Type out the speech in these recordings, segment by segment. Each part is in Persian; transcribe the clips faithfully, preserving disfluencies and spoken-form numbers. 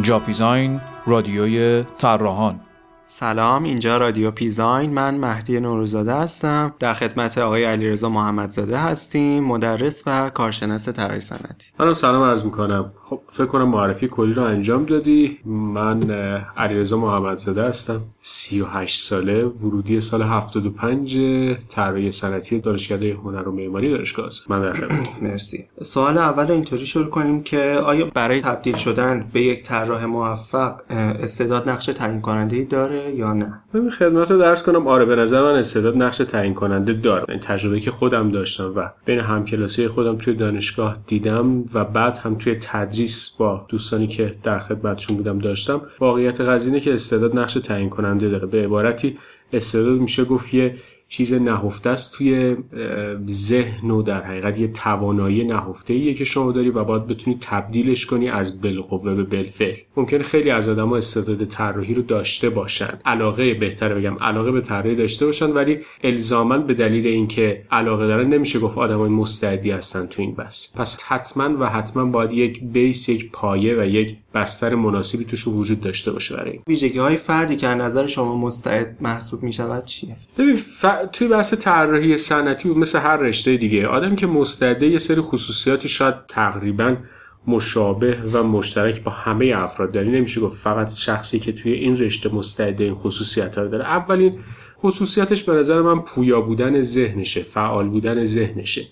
جاپیزاین، رادیوی طراحان. سلام، اینجا رادیو پیزاین. من مهدی نوروزاده هستم. در خدمت آقای علیرضا محمدزاده هستیم، مدرس و کارشناس طراحی صنعتی. منم سلام عرض میکنم. خب فکر کنم معرفی کلی رو انجام دادی. من علیرضا محمدزاده هستم، سی و هشت ساله، ورودی سال هفتاد و پنج، طراحی صنعتی دانشکده هنر و معماری دانشگاه است. من در خدمت. مرسی. سوال اول اینطوری شروع کنیم که آیا برای تبدیل شدن به یک طراح موفق استعداد نقش تعیین کننده‌ای داره یا نه؟ ببین خدمت رو درس کنم. آره، به نظر من استعداد نقش تعیین کننده داره. این تجربه که خودم داشتم و بین همکلاسی خودم توی دانشگاه دیدم و بعد هم توی تدریس با دوستانی که در خدمتشون بودم داشتم، واقعیت قضیه اینه که استعداد نقش تعیین کننده داره. به عبارتی استعداد میشه گفت یه چیز نهفته است توی ذهن و در حقیقت یه توانایی نهفته‌ایه که شما داری و باید بتونی تبدیلش کنی از بالقوه به بالفعل. ممکنه خیلی از آدم‌ها استعداد طراحی رو داشته باشن، علاقه بهتره بگم علاقه به طراحی داشته باشن، ولی الزاماً به دلیل اینکه علاقه دارن نمیشه گفت آدمای مستعدی هستن تو این بس. پس حتماً و حتماً باید یک بیس، یک پایه و یک بستر مناسبی توش وجود داشته باشه. برای ویژگی‌های فردی که از نظر شما مستعد محسوب می‌شود چیه؟ ببین ف... توی بحث طراحی صنعتی بود مثل هر رشته دیگه، آدمی که مستعده یه سری خصوصیاتی شاید تقریباً مشابه و مشترک با همه افراد داره. نمیشه گفت فقط شخصی که توی این رشته مستعده این خصوصیت‌ها رو داره. اولین خصوصیتش به نظر من پویا بودن ذهنشه، فعال بودن ذهنشه.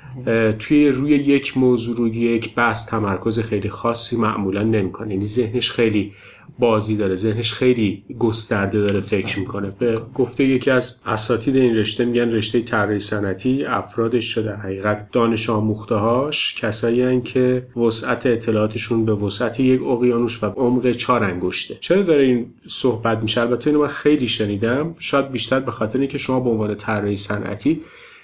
توی روی یک موضوع، روی یک بحث تمرکز خیلی خاصی معمولا نمی‌کنه. یعنی ذهنش خیلی بازی داره، ذهنش خیلی گسترده داره فکر میکنه. به گفته یکی از اساتید این رشته میگن رشته طراحی صنعتی افرادش در حقیقت دانش آموخته‌هاش کسایی هستن که وسعت اطلاعاتشون به وسعت یک اقیانوس و عمق چهار انگشته. چرا داره این صحبت میشه؟ البته اینو من خیلی شنیدم، شاید بیشتر به خاطر اینکه شما به عنوان طراحی صنعتی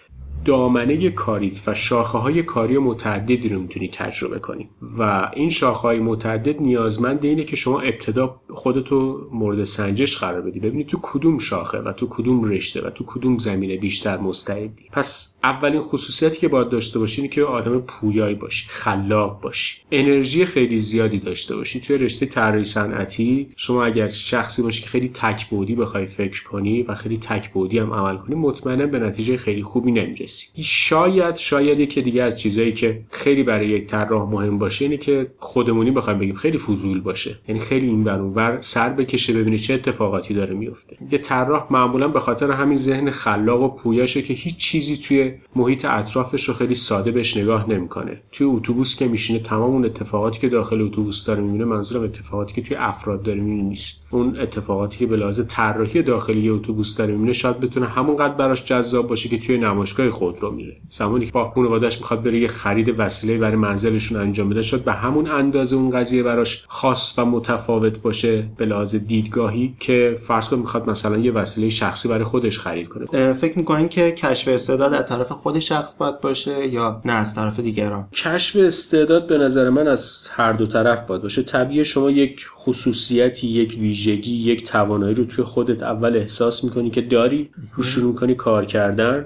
دامنه کاریت و شاخه‌های کاری متعددی رو میتونی تجربه کنی و این شاخه‌های متعدد نیازمند اینه که شما ابتدا خودتو مورد سنجش قرار بدی، ببینی تو کدوم شاخه و تو کدوم رشته و تو کدوم زمینه بیشتر مستعدی. پس اولین خصوصیتی که باید داشته باشی اینه که آدم پویایی باشی، خلاق باشی، انرژی خیلی زیادی داشته باشی. توی رشته طراحی صنعتی شما اگر شخصی باشی که خیلی تک‌بعدی بخوای فکر کنی و خیلی تک‌بعدی هم عمل کنی، مطمئنا به نتیجه خیلی خوبی نمیرسی. شاید شاید یکی دیگه از چیزایی که خیلی برای یک طراح مهم باشه اینه که خودمونی بخوایم بگیم خیلی فضول باشه، یعنی خیلی این ور اون ور سر بکشه ببینه چه اتفاقاتی داره میفته. یه طراح معمولا به خاطر همین ذهن خلاق و پویاشه که هیچ چیزی توی محیط اطرافش رو خیلی ساده بهش نگاه نمیکنه. توی اتوبوس که میشینه تمام اون اتفاقاتی که داخل اتوبوس داره میبینه، منظورم اتفاقاتی که توی افراد داره میبینه نیست. اون اتفاقاتی که به لحاظ طراحی داخلی اتوبوس داره میبینه شاید بتونه همونقدر براش جذاب باشه که توی نمایشگاه خودرو میره. زمانی که با خانواده‌اش میخواد بره یه خرید وسیله برای منزلشون انجام بده، شاید به همون اندازه اون قضیه براش خاص و متفاوت باشه به لحاظ دیدگاهی که فرض کن میخواد مثلا یه وسیله شخصی برای خودش خرید کنه. فکر می‌کنین که کشف استعداد از طرف خود شخص باید باشه یا نه از طرف دیگران؟ کشف استعداد به نظر من از هر دو طرف باید باشه. طبیعیه شما یک خصوصیتی، یک ویژگی، یک توانایی رو توی خودت اول احساس می‌کنی که داری، رو شروع کنی کار کردن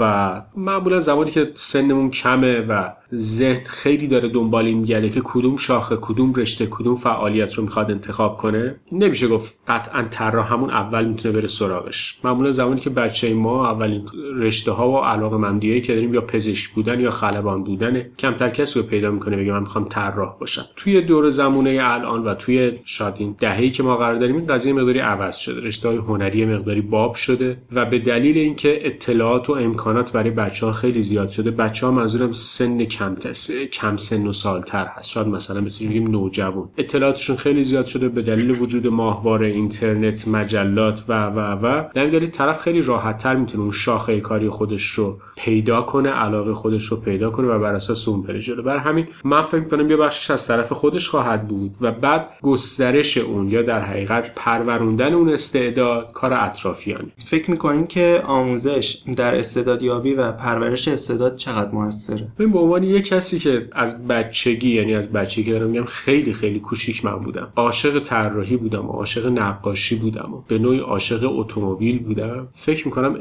و معمولا زمانی که سنمون کمه و ذهن خیلی داره دنبال این میگرده که کدوم شاخه، کدوم رشته، کدوم فعالیت رو میخواد انتخاب کنه، نمیشه گفت قطعا طراح همون اول میتونه بره سراغش. معمولا زمانی که بچه ما اولین رشته ها و علاقه‌مندیایی که داریم یا پزشک بودن یا خلبان بودن، کمتر کسی رو پیدا میکنه بگه من میخوام طراح باشم. توی دور زمونه الان و توی شاید این دهه‌ای که ما قرار داریم این قضیه مقداری عوض شده. رشته‌های هنری مقداری باب شده و به دلیل اینکه اطلاعات و امکانات برای بچه‌ها خیلی زیاد شده، بچه‌ها منظورم سن کم کم سن و سالتر هست، شاید مثلا بتونیم بگیم نوجوان، اطلاعاتشون خیلی زیاد شده به دلیل وجود ماهواره، اینترنت، مجلات و و و در دلیل طرف خیلی راحت‌تر میتونه اون شاخه کاری خودش رو پیدا کنه، علاقه خودش رو پیدا کنه و بر اساس اون بره جلو. برای همین من فکر می‌کنم یه بخشش از طرف خودش خواهد بود و بعد گسترش اون یا در حقیقت پروروندن اون استعداد کار اطرافیانه. فکر می‌کنین که آموزش در استعدادیابی و پرورش استعداد چقدر موثره؟ ببین به عنوان یه کسی که از بچگی، یعنی از بچگی دارم میگم، خیلی خیلی کوچیک من بودم، عاشق طراحی بودم، عاشق نقاشی بودم و به نوعی عاشق اتومبیل بودم. فکر میکنم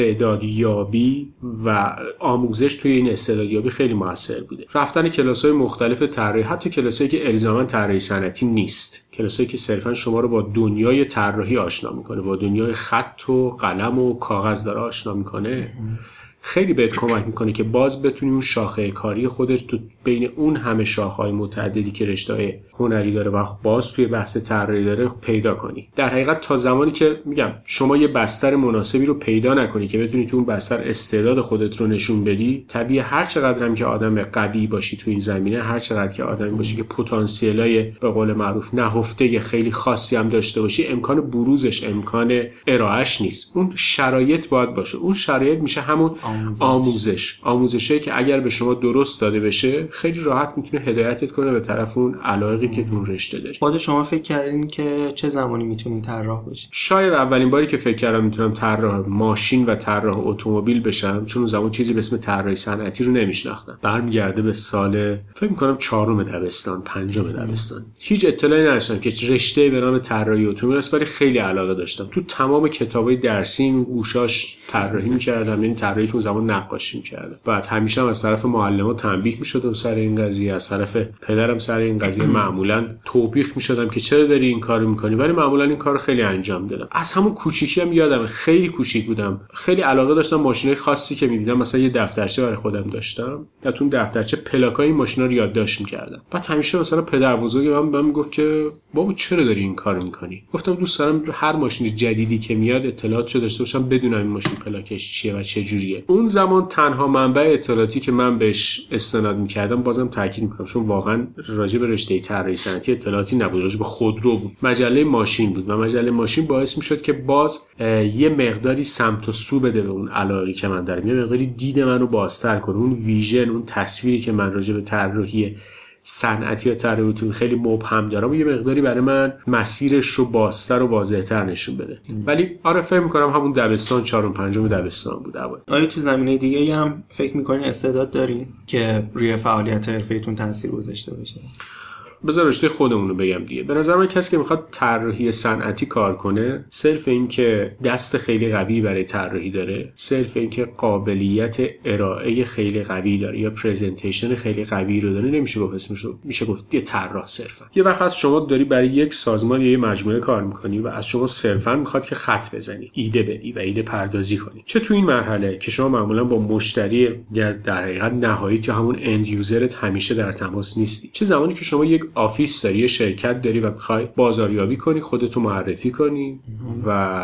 استعدادیابی و آموزش توی این استعدادیابی خیلی موثر بوده. رفتن کلاس‌های مختلف طراحی، حتی کلاسایی که الزاما طراحی صنعتی نیست، کلاسایی که صرفا شما رو با دنیای طراحی آشنا میکنه، با دنیای خط و قلم و کاغذ داره آشنا میکنه، خیلی بهت کمک میکنه که باز بتونی اون شاخه کاری خودت تو بین اون همه شاخه‌های متعددی که رشته‌های هنری داره و باز توی بحث طراحی داره پیدا کنی. در حقیقت تا زمانی که میگم شما یه بستر مناسبی رو پیدا نکنی که بتونی تو اون بستر استعداد خودت رو نشون بدی، طبیعی هر چقدر هم که آدم قوی باشی تو این زمینه، هر چقدر که آدمی باشی که پتانسیلای به قول معروف نهفته خیلی خاصی هم داشته باشی، امکان بروزش، امکان ارائهش نیست. اون شرایط باید باشه. اون شرایط میشه همون آموزش. آموزش آموزشی که اگر به شما درست داده بشه خیلی راحت میتونه هدایتت کنه به طرف اون علاقه‌ای که تو رشته داری. خود شما فکر کردین که چه زمانی میتونین طراح بشین؟ شاید اولین باری که فکر کردم میتونم طراح ماشین و طراح اتومبیل بشم، چون اون زمان چیزی به اسم طراحی صنعتی رو نمیشناختم. برمیگرده به سال فکر می‌کنم چهارم دبستان، پنجم دبستان. هیچ اطلاعی نداشتم که رشته به نام طراحی اتومبیل است، ولی خیلی علاقه داشتم. تو تمام کتابای درسی گوشاش طراحی می‌کردم، یعنی طراحی که زمان نقاشی می‌کردم. بعد همیشه هم از طرف معلم‌ها تنبیه می‌شدم سر این قضیه، از طرف پدرم سر این قضیه معمولاً توبیخ می‌شدم که چرا داری این کارو می‌کنی، ولی معمولاً این کارو خیلی انجام دادم. از همون کوچیکی هم یادمه، خیلی کوچیک بودم، خیلی علاقه داشتم ماشینای خاصی که می‌دیدم، مثلا یه دفترچه برای خودم داشتم، یا تو اون دفترچه پلاکای این ماشینا رو یادداشت می‌کردم. بعد همیشه مثلا پدر بزرگم بهم میگفت که بابا چرا داری این کارو می‌کنی؟ گفتم دوست دارم هر ماشین جدیدی که میاد اطلاعاتشو داشته باشم، بدونم این ماشین پلاکش چیه و چه جوریه. اون زمان تنها منبع اطلاعاتی که من بهش استناد می‌کردم، بازم تاکید می‌کنم چون واقعا راجع به رشته طراحی صنعتی اطلاعاتی نبود، راجع به خودرو بود، مجله ماشین بود و مجله ماشین باعث می‌شد که باز یه مقداری سمت و سو بده به اون علاقه‌ای که من دارم، یه مقداری دید منو بازتر کنه، اون ویژن، اون تصویری که من راجع به طراحی صنعتی یا طراحی اتومبیل خیلی مبهم دارم و یه مقداری برای من مسیرش رو بازتر و واضح‌تر نشون بده. ولی آره فکر می‌کنم همون دبستان، چهارم پنجم دبستان بود. آیا تو زمینه دیگه هم فکر می‌کنین استعداد دارین که روی فعالیت حرفی‌تون تاثیر گذاشته باشه؟ بذار رشته خودمون رو بگم دیگه. به نظر من کسی که میخواد طراحی صنعتی کار کنه، صرف این که دست خیلی قوی برای طراحی داره، صرف این که قابلیت ارائه خیلی قوی داره یا پرزنتیشن خیلی قوی رو داره، نمیشه گفت اسمش رو میشه گفت یه طراح صرفا. یه وقت از شما داری برای یک سازمان یا یه مجموعه کار میکنی و از شما صرفا میخواد که خط بزنی، ایده بدی و ایده پردازی کنی. چه تو این مرحله که شما معمولا با مشتری در حقیقت نهایی که همون اند یوزرت همیشه در تماس نیستی، چه زمانی که شما یک آفیس داری، یه شرکت داری و میخوای بازاریابی کنی، خودتو معرفی کنی و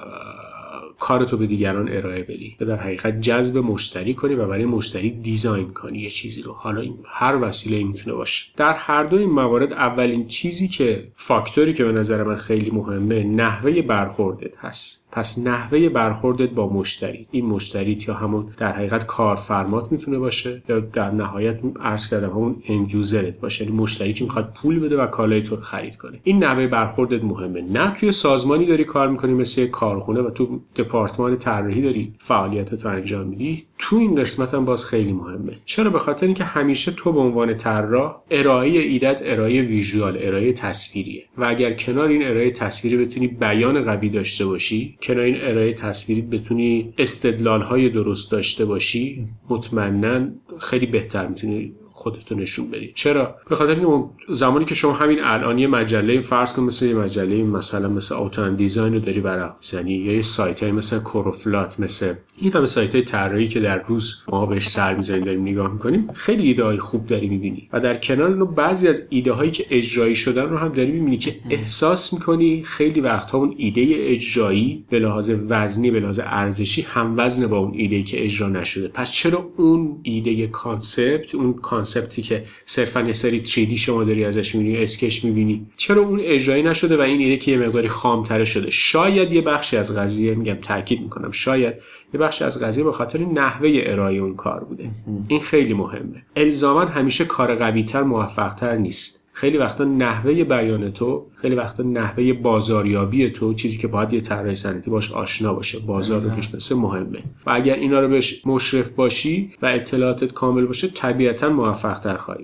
کارتو به دیگران ارائه بدی و در حقیقت جذب مشتری کنی و برای مشتری دیزاین کنی یه چیزی رو. حالا این هر وسیله‌ای میتونه باشه. در هر دو این موارد اولین چیزی که فاکتوری که به نظر من خیلی مهمه، نحوه برخوردت هست. پس نحوه برخوردت با مشتری، این مشتریت یا همون در حقیقت کارفرمات میتونه باشه یا در نهایت عرض کردم همون اند یوزرت باشه، یعنی مشتری که میخواد پول بده و کالای تو رو خرید کنه. این نحوه برخوردت مهمه. نه توی سازمانی داری کار میکنی مثل کارخونه و تو دپارتمان طراحی داری فعالیتت رو انجام میدی، تو این قسمت هم باز خیلی مهمه. چرا؟ به خاطر اینکه همیشه تو به عنوان طراح ارائه ایدت ارائه ویژوال، ارائه تصویریه و اگر کنار این ارائه تصویری بتونی بیان قوی داشته باشی، کنار این ارائه تصویری بتونی استدلال‌های درست داشته باشی، مطمئناً خیلی بهتر میتونی خودتو نشون بدی. چرا؟ به خاطر اینکه زمانی که شما همین الان یه مجله فرض کن مثل یه مجله مثلا مثل آوتو اند دیزاین رو داری ورق می‌زنی یا یه سایت‌های مثل کوروفلات، مثل این همه سایت‌های طراحی که در روز ما بهش سر می‌زنیم داریم نگاه می‌کنیم، خیلی ایده‌های خوب داری می‌بینی و در کنار اون بعضی از ایده‌هایی که اجرایی شدن رو هم داری می‌بینی که احساس می‌کنی خیلی وقت‌ها اون ایده اجرایی به لحاظ وزنی، به لحاظ ارزشی هم وزن با اون ایده‌ای که اجرا نشده. پس چرا اون ایده کانسپت، اون کانسپتی که صرفا یه سری تری دی شما داری ازش می‌بینی، اسکچ می‌بینی، چرا اون اجرایی نشده و این ایده که یه مقداری خام‌تر شده؟ شاید یه بخشی از قضیه، میگم تاکید می‌کنم، شاید یه بخشی از قضیه به خاطر نحوه ارائه اون کار بوده. این خیلی مهمه. الزاما همیشه کار قوی‌تر موفق‌تر نیست. خیلی وقتا نحوه بیان تو، خیلی وقتا نحوه بازاریابی تو، چیزی که باید یه طراح صنعتی باش آشنا باشه، بازار رو بشناسه، مهمه. و اگر اینا رو بهش مشرف باشی و اطلاعاتت کامل باشه، طبیعتاً موفق‌تر خواهی.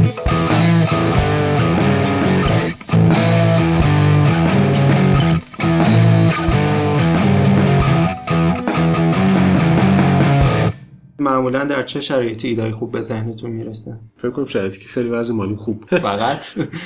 معمولا در چه شرایطی ایده‌های خوب به ذهنتون میرسه؟ فکر کنم شرایطی که خیلی وضع مالی خوب. فقط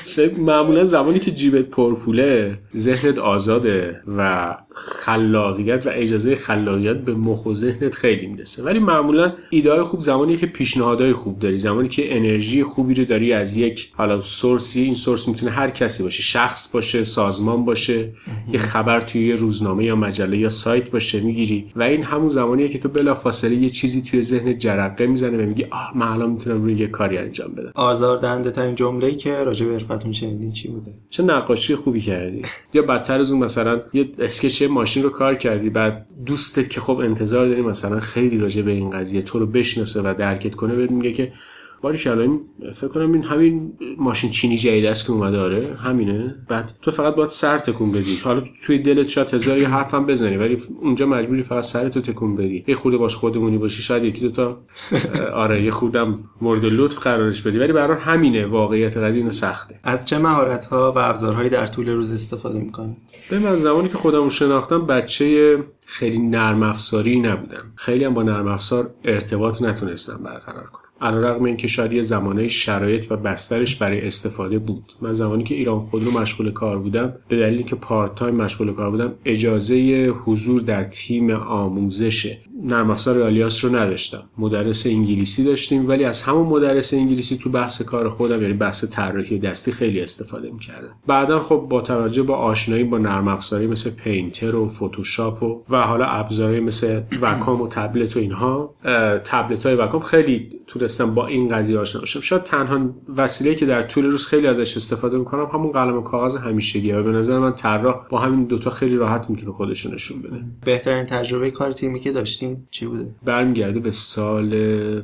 معمولا زمانی که جیبت پرپوله، ذهنت آزاده و خلاقیت و اجازه خلاقیت به مخ و ذهنت خیلی میرسه. ولی معمولا ایده‌های خوب زمانی که پیشنهادهای خوب داری، زمانی که انرژی خوبی رو داری از یک حالا سورسی، این سورس میتونه هر کسی باشه، شخص باشه، سازمان باشه، یه خبر توی یه روزنامه یا مجله یا سایت باشه میگیری و این همون زمانیه که تو بلافاصله یه چیزی توی ذهنت جرقه میزنه و میگی آه من الان میتونم روی یه کاری انجام بدم. آزاردهنده ترین جمله‌ای که راجع به حرفتون شنیدین چی بوده؟ چه نقاشی خوبی کردی. یا بدتر از اون مثلا یه اسکچ ماشین رو کار کردی، بعد دوستت که خب انتظار داری مثلا خیلی راجع به این قضیه تو رو بشناسه و درکت کنه، بهت میگه که باریکلا این فکر کنم این همین ماشین چینی جدید است که اومده، آره همینه. بعد تو فقط باید سر تکون بدی. حالا توی دلت شاید هزار یه حرفم بزنی ولی اونجا مجبوری فقط سرتو تکون بدی. یه خورده باش خودمونی باشی، شاید یکی دو تا آره یه خوردم مورد لطف قرارش بدی، ولی برای همینه واقعیت قضیه اینه سخته. از چه مهارت‌ها و ابزارهایی در طول روز استفاده می‌کنید؟ ببین من زمانی که خودمو شناختم بچه خیلی نرم افزاری نبودم. خیلی هم با نرم افزار ارتباط نتونستم برقرار کنم. علیرغم اینکه شاید یه زمانه شرایط و بسترش برای استفاده بود. من زمانی که ایران خودرو مشغول کار بودم، به دلیلی که پارت تایم مشغول کار بودم، اجازه حضور در تیم آموزش نرم افزار آلیاس رو نداشتم. مدرس انگلیسی داشتیم ولی از همون مدرس انگلیسی تو بحث کار خودم، یعنی بحث طراحی دستی، خیلی استفاده می‌کردم. بعداً خب با توجه با آشنایی با نرم افزاری مثل پینتر و فتوشاپ و و حالا ابزارهای مثل وکام و تبلت و اینها، تبلت‌های وکام، خیلی تونستم با این قضیه آشنا بشم. شاید تنها وسیله‌ای که در طول روز خیلی ازش استفاده می‌کنم همون قلم و کاغذ همیشگیه و به نظر من طراح با همین دوتا خیلی راحت میتونه خودش رو نشون بده. بهترین تجربه کار تیمی که داشتین چی بوده؟ برمیگرده به سال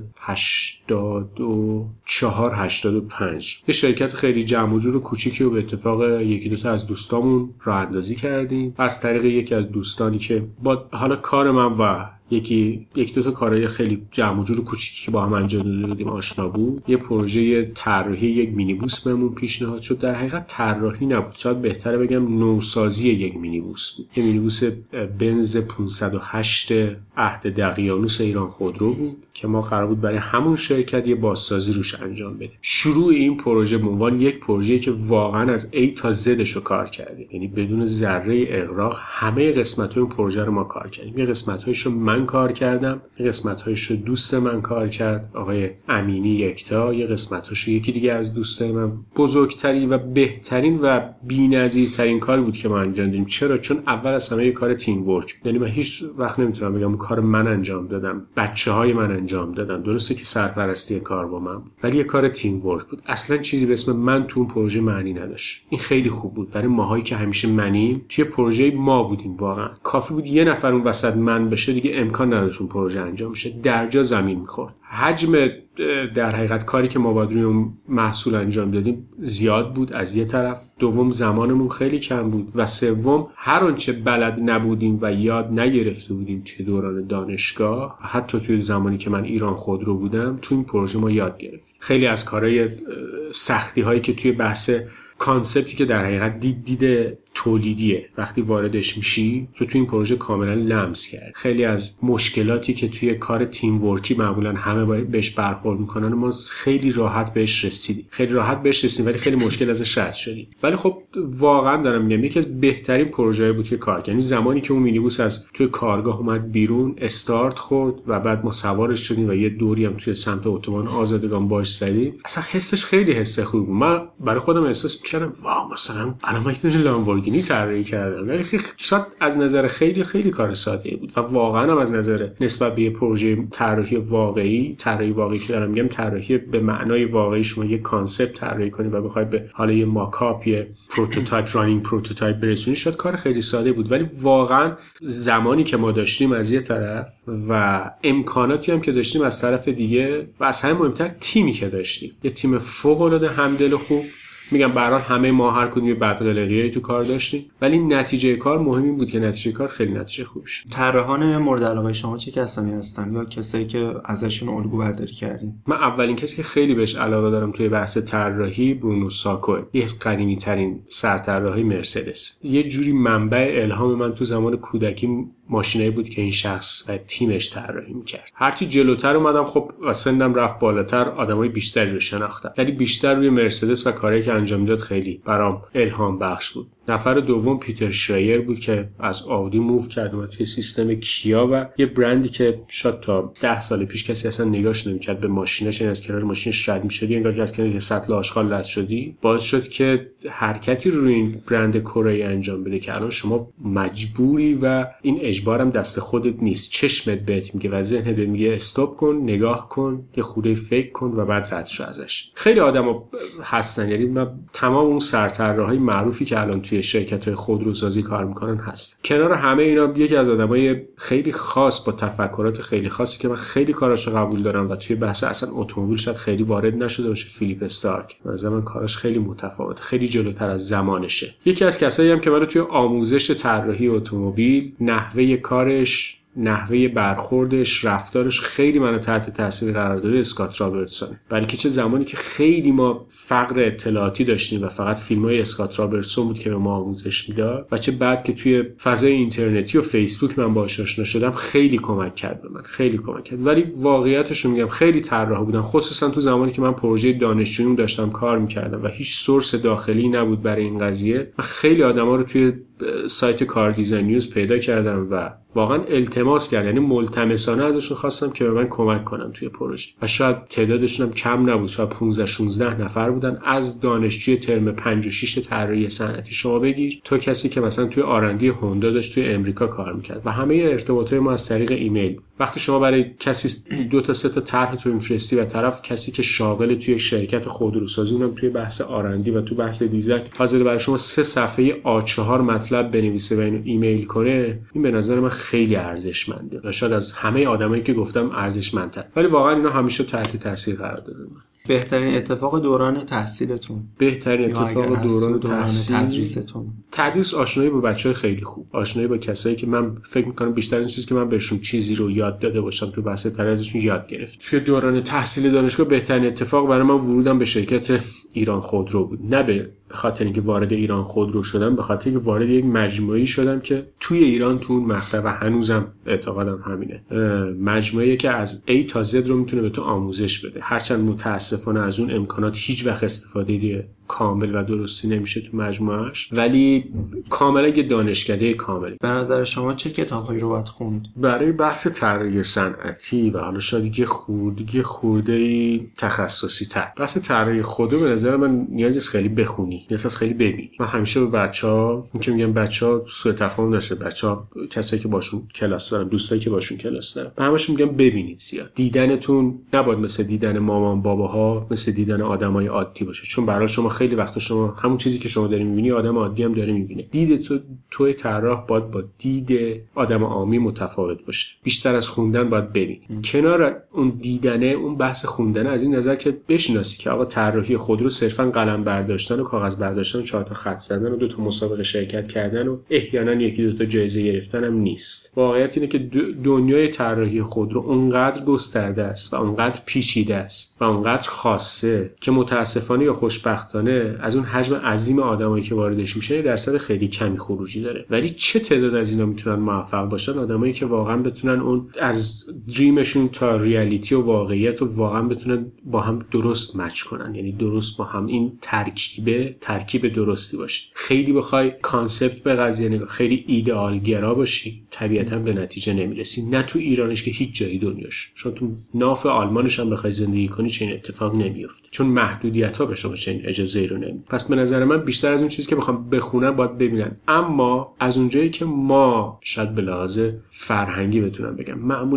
هشتاد و چهار هشتاد و پنج. یه شرکت خیلی جمع و جور و کوچیکی رو به اتفاق یکی دو تا از دوستامون راه اندازی کردیم. از طریق یکی از دوستانی که با حالا کار من و یکی یک دو تا کارهای خیلی جمع و جور و کوچیکی که با هم انجام دادیم آشنا بود. یه پروژه طراحی یک مینیبوس بهمون پیشنهاد شد. در حقیقت طراحی نبود، شاید بهتره بگم نوسازی یک مینیبوس بود. یه مینیبوس بنز پانصد و هشت عهد دقیانوس ایران خودرو بود که ما قرار بود برای همون شرکت یه بازسازی روش انجام بدیم. شروع این پروژه به عنوان یک پروژه‌ای که واقعا از A تا زدش رو کار کردیم، یعنی بدون ذره اغراق همه قسمت‌های اون پروژه رو ما کار کردیم. یه قسمت‌هایش رو من کار کردم، یه قسمت‌هایش رو دوست من کار کرد، آقای امینی یکتا، یه قسمت‌هاش رو یکی دیگه از دوستای من. بزرگترین و بهترین و بی‌نظیرترین کاری بود که ما انجام دادیم. چرا؟ چون اول از همه یه کار تیم ورک. یعنی من هیچ وقت نمیتونم بگم کار من انجام دادم، بچه‌های من انجام دادن. درسته که سرپرستی کار با من بود، ولی یه کار تیم ورک بود. اصلا چیزی به اسم من تو اون پروژه معنی نداشت. این خیلی خوب بود برای ماهایی که همیشه منیم. توی پروژه ما بودیم، واقعا کافی بود یه نفر اون وسط من بشه دیگه امکان نداشت اون پروژه انجام شه. درجا زمین می‌خورد. حجم در حقیقت کاری که ما باید روی اون محصول انجام دادیم زیاد بود از یه طرف، دوم زمانمون خیلی کم بود و سوم هر آنچه بلد نبودیم و یاد نگرفته بودیم توی دوران دانشگاه، حتی توی زمانی که من ایران خودرو بودم، توی این پروژه ما یاد گرفتیم. خیلی از کارهای سختی هایی که توی بحث کانسپتی که در حقیقت دید دید تولیدیه وقتی واردش میشی رو توی این پروژه کاملا لمس کرد. خیلی از مشکلاتی که توی کار تیم ورکی معمولا همه بهش برخورد میکنن ما خیلی راحت بهش رسیدیم. خیلی راحت بهش رسیدیم ولی خیلی مشکل ازش رد شدیم. ولی خب واقعا دارم میگم یکی از بهترین پروژه‌ای بود که کار کردیم. یعنی زمانی که اون مینیبوس از توی کارگاه اومد بیرون، استارت خورد و بعد ما سوارش شدیم و یه دوری هم توی سمت اتوبان آزادگان باش زدیم، اصلا حسش خیلی حس خوبی بود. من برای خودم احساس می‌کردم واو مثلا الان من یه لامبورگینی طراحی کردم. ولی شاید از نظر خیلی خیلی کار ساده بود و واقعا هم از نظر نسبت به یه پروژه طراحی واقعی، طراحی واقعی که دارم میگم طراحی به معنای واقعی، شما یه کانسپت طراحی کنید و بخواید به حالا یه ماکاپ، یه پروتوتایپ، رانینگ پروتوتایپ برسونید، شاید کار خیلی ساده بود. ولی واقعا زمانی که ما داشتیم از یه طرف و امکاناتی هم که داشتیم از طرف دیگه و از همه مهمتر تیمی که داشتیم، یه تیم فوق العاده همدل و خوب میگم به هر حال همه ما هر کدوم یه بدقلقیایی تو کار داشتیم، ولی نتیجه کار مهمی بود که نتیجه کار خیلی نتیجه خوبی شد. طراحان مورد علاقه شما چه کسانی هستن یا کسایی که ازشون الگو برداری کردین؟ من اولین کسی که خیلی بهش علاقه دارم توی بحث طراحی برونو ساکو، یه از قدیمی ترین سرطراحای مرسدس. یه جوری منبع الهام من تو زمان کودکی ماشینایی بود که این شخص و تیمش طراحی می‌کرد. هرچی جلوتر اومدم خب سنم رفت بالاتر، آدمای بیشتری رو شناختم، ولی بیشتر روی مرسدس و کاری که انجام میداد خیلی برام الهام بخش بود. نفر دوم پیتر شرایر بود که از آودی موو کرد و توی سیستم کیا و یه برندی که شاید تا ده سال پیش کسی اصلا نگاهش نمی‌کرد به ماشینش، این از کنار ماشینش رد می‌شدی انگار که از کنار یه سطل آشغال رد شدی، باعث شد که حرکتی روی این برند کره‌ای انجام بده که الان شما مجبوری و این اجبارم دست خودت نیست، چشمت بهت میگه و ذهنت بهت میگه استاپ کن، نگاه کن، یه خوده فکر کن و بعد رد شو ازش. خیلی آدما هستن، یعنی من تمام اون سرطراحای معروفی که الان توی شرکت‌های خودروسازی کار میکنن هست. کنار همه اینا یکی از آدمای خیلی خاص با تفکرات خیلی خاصی که من خیلی کاراشو قبول دارم و توی بحث اصلا اتومبیل شاید خیلی وارد نشده باشه، فیلیپ استارک. مثلا من کاراش خیلی متفاوته، خیلی جلوتر از زمانشه. یکی از کسایی هم که من توی آموزش طراحی اتومبیل، نحوه کارش، نحوه برخوردش، رفتارش خیلی منو تحت تاثیر قرار داده اسکات رابرتسون. بلکه چه زمانی که خیلی ما فقر اطلاعاتی داشتیم و فقط فیلم‌های اسکات رابرتسون بود که به ما آموزش میداد و چه بعد که توی فضای اینترنتی و فیسبوک من باهاش آشنا شدم خیلی کمک کرد به من، خیلی کمک کرد. ولی واقعیتش رو میگم خیلی طراح بودن، خصوصا تو زمانی که من پروژه دانشجوییم داشتم کار میکردم و هیچ سورس داخلی نبود برای این قضیه. من خیلی آدما رو توی سایت کار دیزاین نیوز پیدا کردم و واقعا التماس کردم، یعنی ملتمسانه ازشون خواستم که به من کمک کنن توی پروژه و شاید تعدادشون هم کم نبود، شاید پانزده شانزده نفر بودن. از دانشجوی ترم پنج و شش طراحی صنعتی شما بگیر تو کسی که مثلا توی آرندی هوندا داشت توی امریکا کار میکرد و همه ارتباطات ما از طریق ایمیل. وقتی شما برای کسی دو تا سه تا طرح تو میفرستی و طرف کسی که شاغل توی شرکت خودروسازی اونم توی بحث آرندی و تو بحث دیزاین حاضر برای شما سه صفحه آ چهار مطلب بنویسه و اینو ایمیل کنه، این به نظر من خیلی ارزشمنده و شاید از همه آدمایی که گفتم ارزشمندتر. ولی واقعا اینا همیشه تحت تاثیر قرار دادن. بهترین اتفاق دوران تحصیلتون؟ بهترین اتفاق دوران تحصیل تدریستون؟ تدریس آشنایی با بچهای خیلی خوب، آشنایی با کسایی که من فکر می‌کنم بیشتر این چیزی که من بهشون چیزی رو یاد داده باشم تو بحث ازشون یاد گرفت. توی دوران تحصیل دانشگاه بهترین اتفاق برای من ورودم به شرکت ایران خودرو بود. نه به خاطر اینکه وارد ایران خودرو شدم، به خاطر اینکه وارد یک مجموعه‌ای شدم که توی ایران تو اون مقطع و هنوزم اعتقادم همینه، مجموعه‌ای که از A تا Z رو میتونه به تو آموزش بده. هرچند متاسفانه از اون امکانات هیچ وقت استفاده کامل و درستی نمیشه تو مجموعهش، ولی کاملا یه دانشکده کامل. به نظر شما چه کتابایی رو باید خوند برای بحث طراحی صنعتی و حالا شاید یه خوردگی خورده‌ای تخصصی تر؟ بحث طراحی خودرو به نظر من نیازی نیست خیلی بخونی، نیاز هست خیلی ببینی. من همیشه به بچه‌ها میگم میگم بچه‌ها سوء تفاهم داشته، بچه‌ها کسایی که باشون کلاس دارن، دوستایی که باشون کلاس دارن، به همشون میگم ببینید زیاد. دیدنتون نباید مثل دیدن مامان باباها، مثل دیدن آدمای عادی باشه، چون برای شما خیلی وقتا شما همون چیزی که شما داری می‌بینی آدم عادی هم داره می‌بینه. دید تو توی طراح باید با دید آدم عامی متفاوت باشه. بیشتر از خوندن باید ببینی. کنار اون دیدنه، اون بحث خوندن از این نظر که بشناسی که آقا طراحی خودرو صرفاً قلم برداشتن و کاغذ برداشتن و چهار تا خط زدن و دو تا مسابقه شرکت کردن و احیانا یکی دو تا جایزه گرفتن هم نیست. واقعیت اینه که دنیای طراحی خودرو اونقدر گسترده است و اونقدر پیچیده است و اونقدر خاصه که متاسفانه یا خوشبختانه از اون حجم عظیم آدمایی که واردش میشن درصد خیلی کمی خروجی داره. ولی چه تعداد از اینا میتونن موفق باشن؟ آدمایی که واقعا بتونن اون از دریمشون تا ریالیتی و واقعیت رو واقعا بتونن با هم درست مچ کنن، یعنی درست با هم این ترکیب ترکیب درستی باشه. خیلی بخوای کانسپت به قضیه نگاه، خیلی ایدئال گرا باشی، طبیعتا به نتیجه نمیرسی. نه تو ایرانش که هیچ جایی دنیاش، چون تو ناف آلمانش هم بخوای زندگی کنی چنین اتفاق نمیفته، چون محدودیت‌ها به شما چنین اجازه رو نمیده. پس به نظر من بیشتر از اون چیزی که بخوام بخونم باید ببینن. اما از اونجایی که ما شاید به لحاظ فرهنگی بتونم بگم معمولا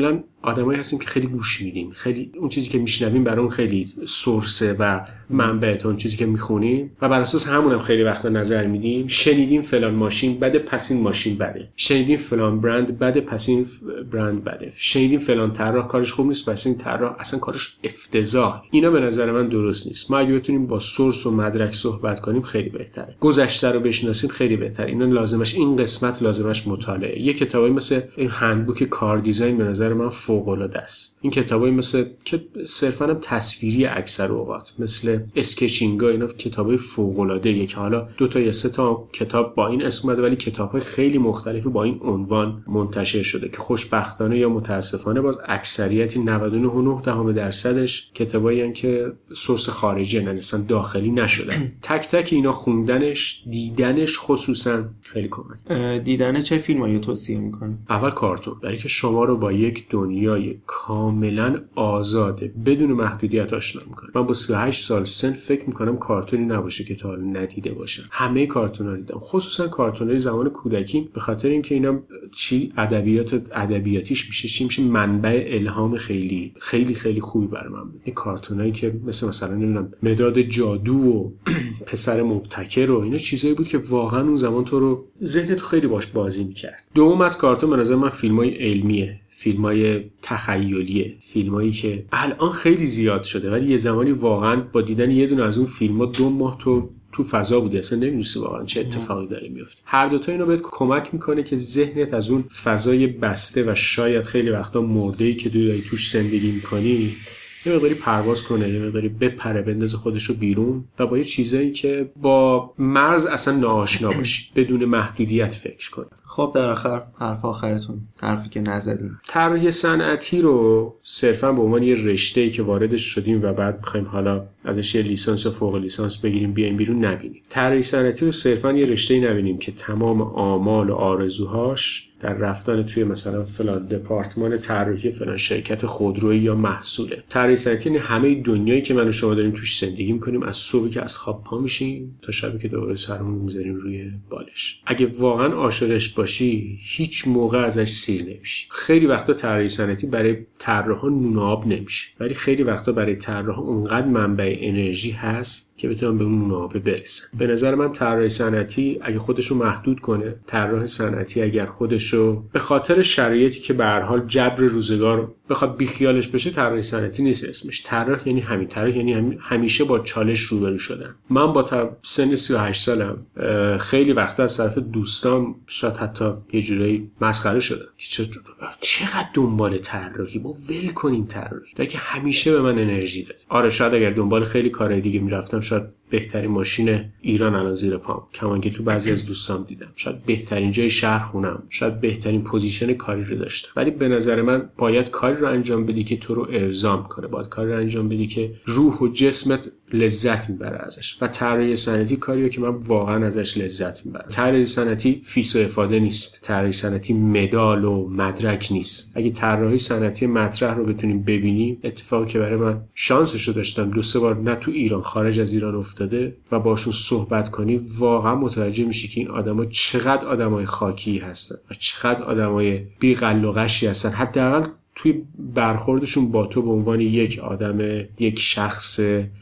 آدمایی هستیم که خیلی گوش میدیم، خیلی اون چیزی که میشنویم برامون خیلی سورسه و منبع اون چیزی که میخونیم و بر اساس همونم خیلی وقتا نظر میدیم. شنیدیم فلان ماشین بده پس این ماشین بده، شنیدیم فلان برند بده پس این برند بده، شنیدیم فلان طراح کارش خوب نیست پس این طراح اصلا کارش افتضاح. اینا به نظر من درست نیست. ما اگه بتونیم با سورس و مدرک صحبت کنیم خیلی بهتره. گذشته رو بشناسیم خیلی بهتره. اینا لازمش این قسمت لازمش مطالعه. یه کتابی مثل این هندبوک کار دیزاین به نظر من فوق العاده است. این کتابای مثل که صرفاً هم تصویری اکثر اوقات مثل اسکچینگ، اینا کتابای فوق العاده ای که حالا دو تا یا سه تا کتاب با این اسم اومده ولی کتاب‌های خیلی مختلفی با این عنوان منتشر شده که خوشبختانه یا متاسفانه باز اکثریتی نود و نه و نه دهم درصدش کتابایی ان که سورس خارجی نه اصلا داخلی نشدن. تک تک اینا خوندنش، دیدنش خصوصا خیلی کمک. دیدن چه فیلمایی توصیه می‌کنی؟ اول کارتون، برای که شما رو با یک دنیای کاملا آزاده بدون محدودیت آشنا می‌کنه. من با سی و هشت سال سن فکر می‌کنم کارتونی نباشه که تا حالا ندیده باشم. همه کارتون‌ها دیدم، خصوصا کارتون‌های زمان کودکی، به خاطر اینکه اینا چی ادبیات ادبیاتیش میشه چی میشه منبع الهام خیلی خیلی خیلی خوبی برام بود. این کارتونایی که مثل مثلا نمیدونم مداد جادو و پسر مبتکر و اینا چیزایی بود که واقعا اون زمان تو رو ذهنت تو خیلی باش بازی می‌کرد. دوم از کارتون به نظر من فیلم‌های علمیه، فیلمای تخیلیه، فیلمایی که الان خیلی زیاد شده ولی یه زمانی واقعا با دیدن یه دونه از اون فیلم‌ها دو ماه تو تو فضا بودی، اصلا نمی‌دونستی واقعا چه اتفاقی داره میفته. هر دو تا اینو بهت کمک میکنه که ذهنت از اون فضای بسته و شاید خیلی وقتا مرده‌ای که داری توش زندگی می‌کنی یه مقداری پرواز کنه، یه مقداری بپره، بندازه خودشو بیرون و با یه چیزایی که با مرز اصلا ناآشنا باشی، بدون محدودیت فکر کنی. خب در آخر حرف آخرتون، حرفی که نزدیم. طراحی صنعتی رو صرفاً به عنوان یه رشته‌ای که واردش شدیم و بعد بخوایم حالا ازش یه لیسانس و فوق لیسانس بگیریم بیایم بیرون نبینیم. طراحی صنعتی رو صرفاً یه رشته‌ای نبینیم که تمام آمال و آرزوهاش در رفتن توی مثلا فلان دپارتمان طراحی فلان شرکت خودرویی یا محصوله. طراحی صنعتی یعنی همه دنیایی که من و شما داریم توش زندگی می‌کنیم، از صبحی که از خواب پا میشیم تا شبی که دوباره سرمون می‌ذاریم روی بالش. اگه واقعاً عاشقش باشی هیچ موقع ازش سیر نمیشی. خیلی وقتا طراحی صنعتی برای طراحان نون آب نمیشه، ولی خیلی وقتا برای طراحان اونقدر منبع انرژی هست که بتونن به اون نون آب برسن. به نظر من طراحی صنعتی اگه خودش رو محدود کنه، طراح صنعتی اگر خودش رو به خاطر شرایطی که به هر حال جبر روزگار بخواد بیخیالش بشه، طراحی صنعتی نیست اسمش. طراح یعنی همین، طراح یعنی همیشه با چالش روبرو شدن. من با تا سن سی و هشت سالم خیلی وقتا از طرف دوستام شاید حتی یه جورایی مسخره شدم که چقدر دنبال طراحی، با ول کنین طراحی، تا که همیشه به من انرژی داد. آره شاید اگر دنبال خیلی کارهای دیگه میرفتم شاید بهترین ماشین ایران الان زیر پام، کمان که تو بعضی از دوستام دیدم، شاید بهترین جای شهر خونم، شاید بهترین پوزیشن کاری رو داشتم. ولی به نظر من باید کاری رو انجام بدی که تو رو ارضا کنه، باید کاری رو انجام بدی که روح و جسمت لذت میبره ازش. و طراحی صنعتی کاریه که من واقعا ازش لذت میبرم. طراحی صنعتی فیس و افاده نیست، طراحی صنعتی مدال و مدرک نیست. اگه طراحی صنعتی مطرح رو بتونیم ببینیم، اتفاقی که برای من شانسش رو داشتم دو سه بار نه تو ایران خارج از ایران افتاده و باشون صحبت کنی، واقعا متوجه میشی که این آدما چقدر آدمای خاکی هستن و چقدر آدمای بی قل و قشی هستن. حداقل توی برخوردشون با تو به عنوان یک آدم، یک شخص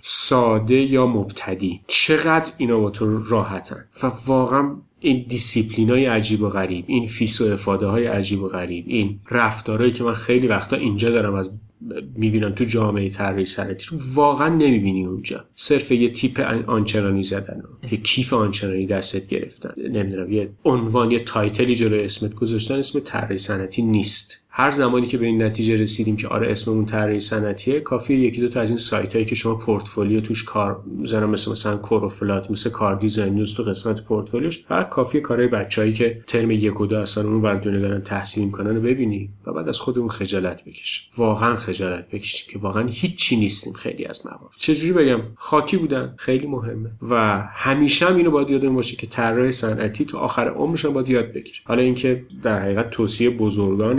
ساده یا مبتدی، چقدر اینا با تو راحتن و واقعا این دیسیپلینای عجیب و غریب، این فیس و افاده های عجیب و غریب، این رفتارهایی که من خیلی وقتا اینجا دارم از میبینم تو جامعه طراحی صنعتی رو واقعا نمیبینی اونجا. صرف یه تیپ آنچنانی زدن، یه کیف آنچنانی دستت گرفتن، نمیدونم یه عنوان، یه تایتلی جلوی اسمت گذاشتن، اسم طراحی صنعتی نیست. هر زمانی که به این نتیجه رسیدیم که آره اسممون طراحی صنعتیه، کافیه یکی دو تا از این سایتایی که شما پورتفولیو توش کار می‌ذارن، مثل مثلا کوروفلات، مثل کار دیزاین نیوز تو قسمت پورتفولیوش، فقط کافیه کارهای بچه‌ای که ترم یک و دو اصلا اون ور دنیا دارن تحصیل می‌کنن رو ببینی و بعد از خودمون خجالت بکشیم. واقعا خجالت بکشیم که واقعا هیچی نیستیم. خیلی از مواقع چجوری بگم خاکی بودن خیلی مهمه و همیشه هم اینو باید یادمون باشه که طراح صنعتی تو آخر عمرش هم باید یاد بگیره. حالا اینکه در حقیقت توصیه بزرگانه، ولی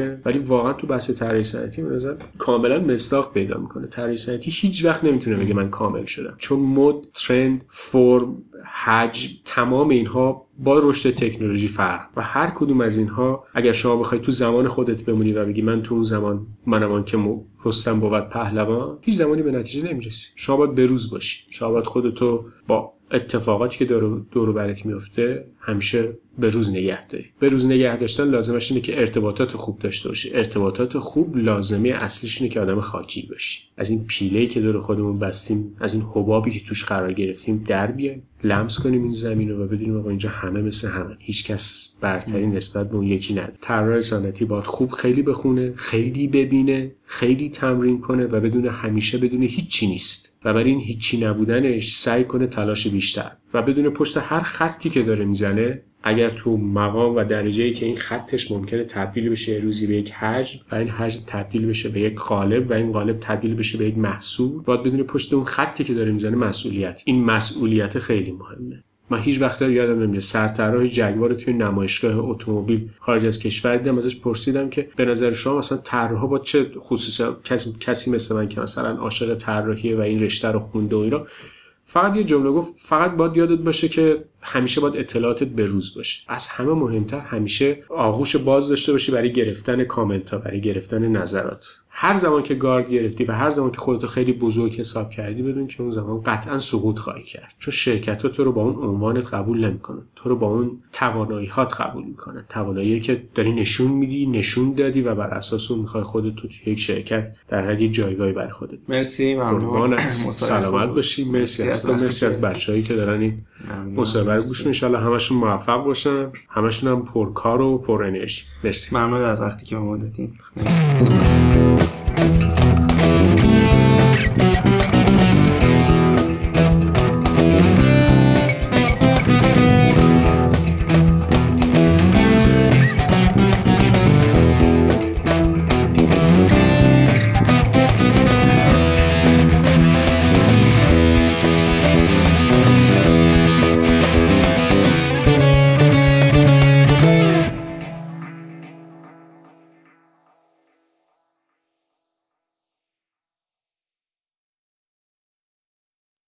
واقعا تو بحث طراحی صنعتی مثلا کاملا مصداق پیدا میکنه. طراحی صنعتی هیچ وقت نمیتونه بگه من کامل شدم، چون مد، ترند، فرم، حجم، تمام اینها با رشد تکنولوژی فرق و هر کدوم از اینها اگر شما بخوای تو زمان خودت بمونی و بگی من تو اون زمان منم آن که رستم بود پهلوان، هیچ زمانی به نتیجه نمیرسی. شما باید بروز باشی، شما باید خودتو با اتفاقاتی که دور دور برات میفته همیشه به روز نگه داری. به روز نگه داشتن لازمش اینه که ارتباطات خوب داشته باشی. ارتباطات خوب لازمه اصلیش اینه که آدم خاکی باشی. از این پیله‌ای که دور خودمون بستیم، از این حبابی که توش قرار گرفتیم در بیایم، لمس کنیم این زمین رو و بدونیم آقا اینجا همه مثل همه، هیچ کس برتری نسبت به اون یکی نداره. طراح صنعتی باید خوب خیلی بخونه، خیلی ببینه، خیلی تمرین کنه و بدون همیشه بدون هیچی نیست و برای این هیچی نبودنش سعی کنه تلاش بیشتر و بدون پشت هر خطی که داره میزنه اگر تو مقام و درجه‌ای که این خطش ممکنه تبدیل بشه روزی به یک حجم و این حجم تبدیل بشه به یک قالب و این قالب تبدیل بشه به یک محصول، باید بدون پشت اون خطی که داره میزنه مسئولیت. این مسئولیت خیلی مهمه. من هیچ وقت یادم نمیاد سرطراح جگوار توی نمایشگاه اتومبیل خارج از کشور دیدم، ازش پرسیدم که به نظر شما مثلا طراحا با چه خصوصیت، کسی کسی مثل من که مثلا عاشق طراحیه و این رشته رو خونده و اینا، فقط یه جمله گفت فقط باید یادت باشه که همیشه باید اطلاعاتت به روز باشه. از همه مهمتر همیشه آغوش باز داشته باشی برای گرفتن کامنت ها، برای گرفتن نظرات. هر زمان که گارد گرفتی و هر زمان که خودتو خیلی بزرگ حساب کردی بدون که اون زمان قطعا سقوط خواهی کرد، چون شرکت‌ها تو رو با اون عنوانت قبول نمی‌کنن، تو رو با اون توانایی‌هات قبول می‌کنن، توانایی که داری نشون میدی، نشون دادی و بر اساس اون می‌خوای خودت تو یک شرکت در هر یک جایگاهی برای خودت. مرسی، ممنون. سلامت باشی. مرسی از تو، مرسی از بچه‌هایی که دارن این مصاحبه رو گوش می‌کنن. ان شاءالله همشون موفق باشن، همشون هم پرکار و پر انرژی. مرسی. ممنون از وقتی که به ما دادین. مرسی.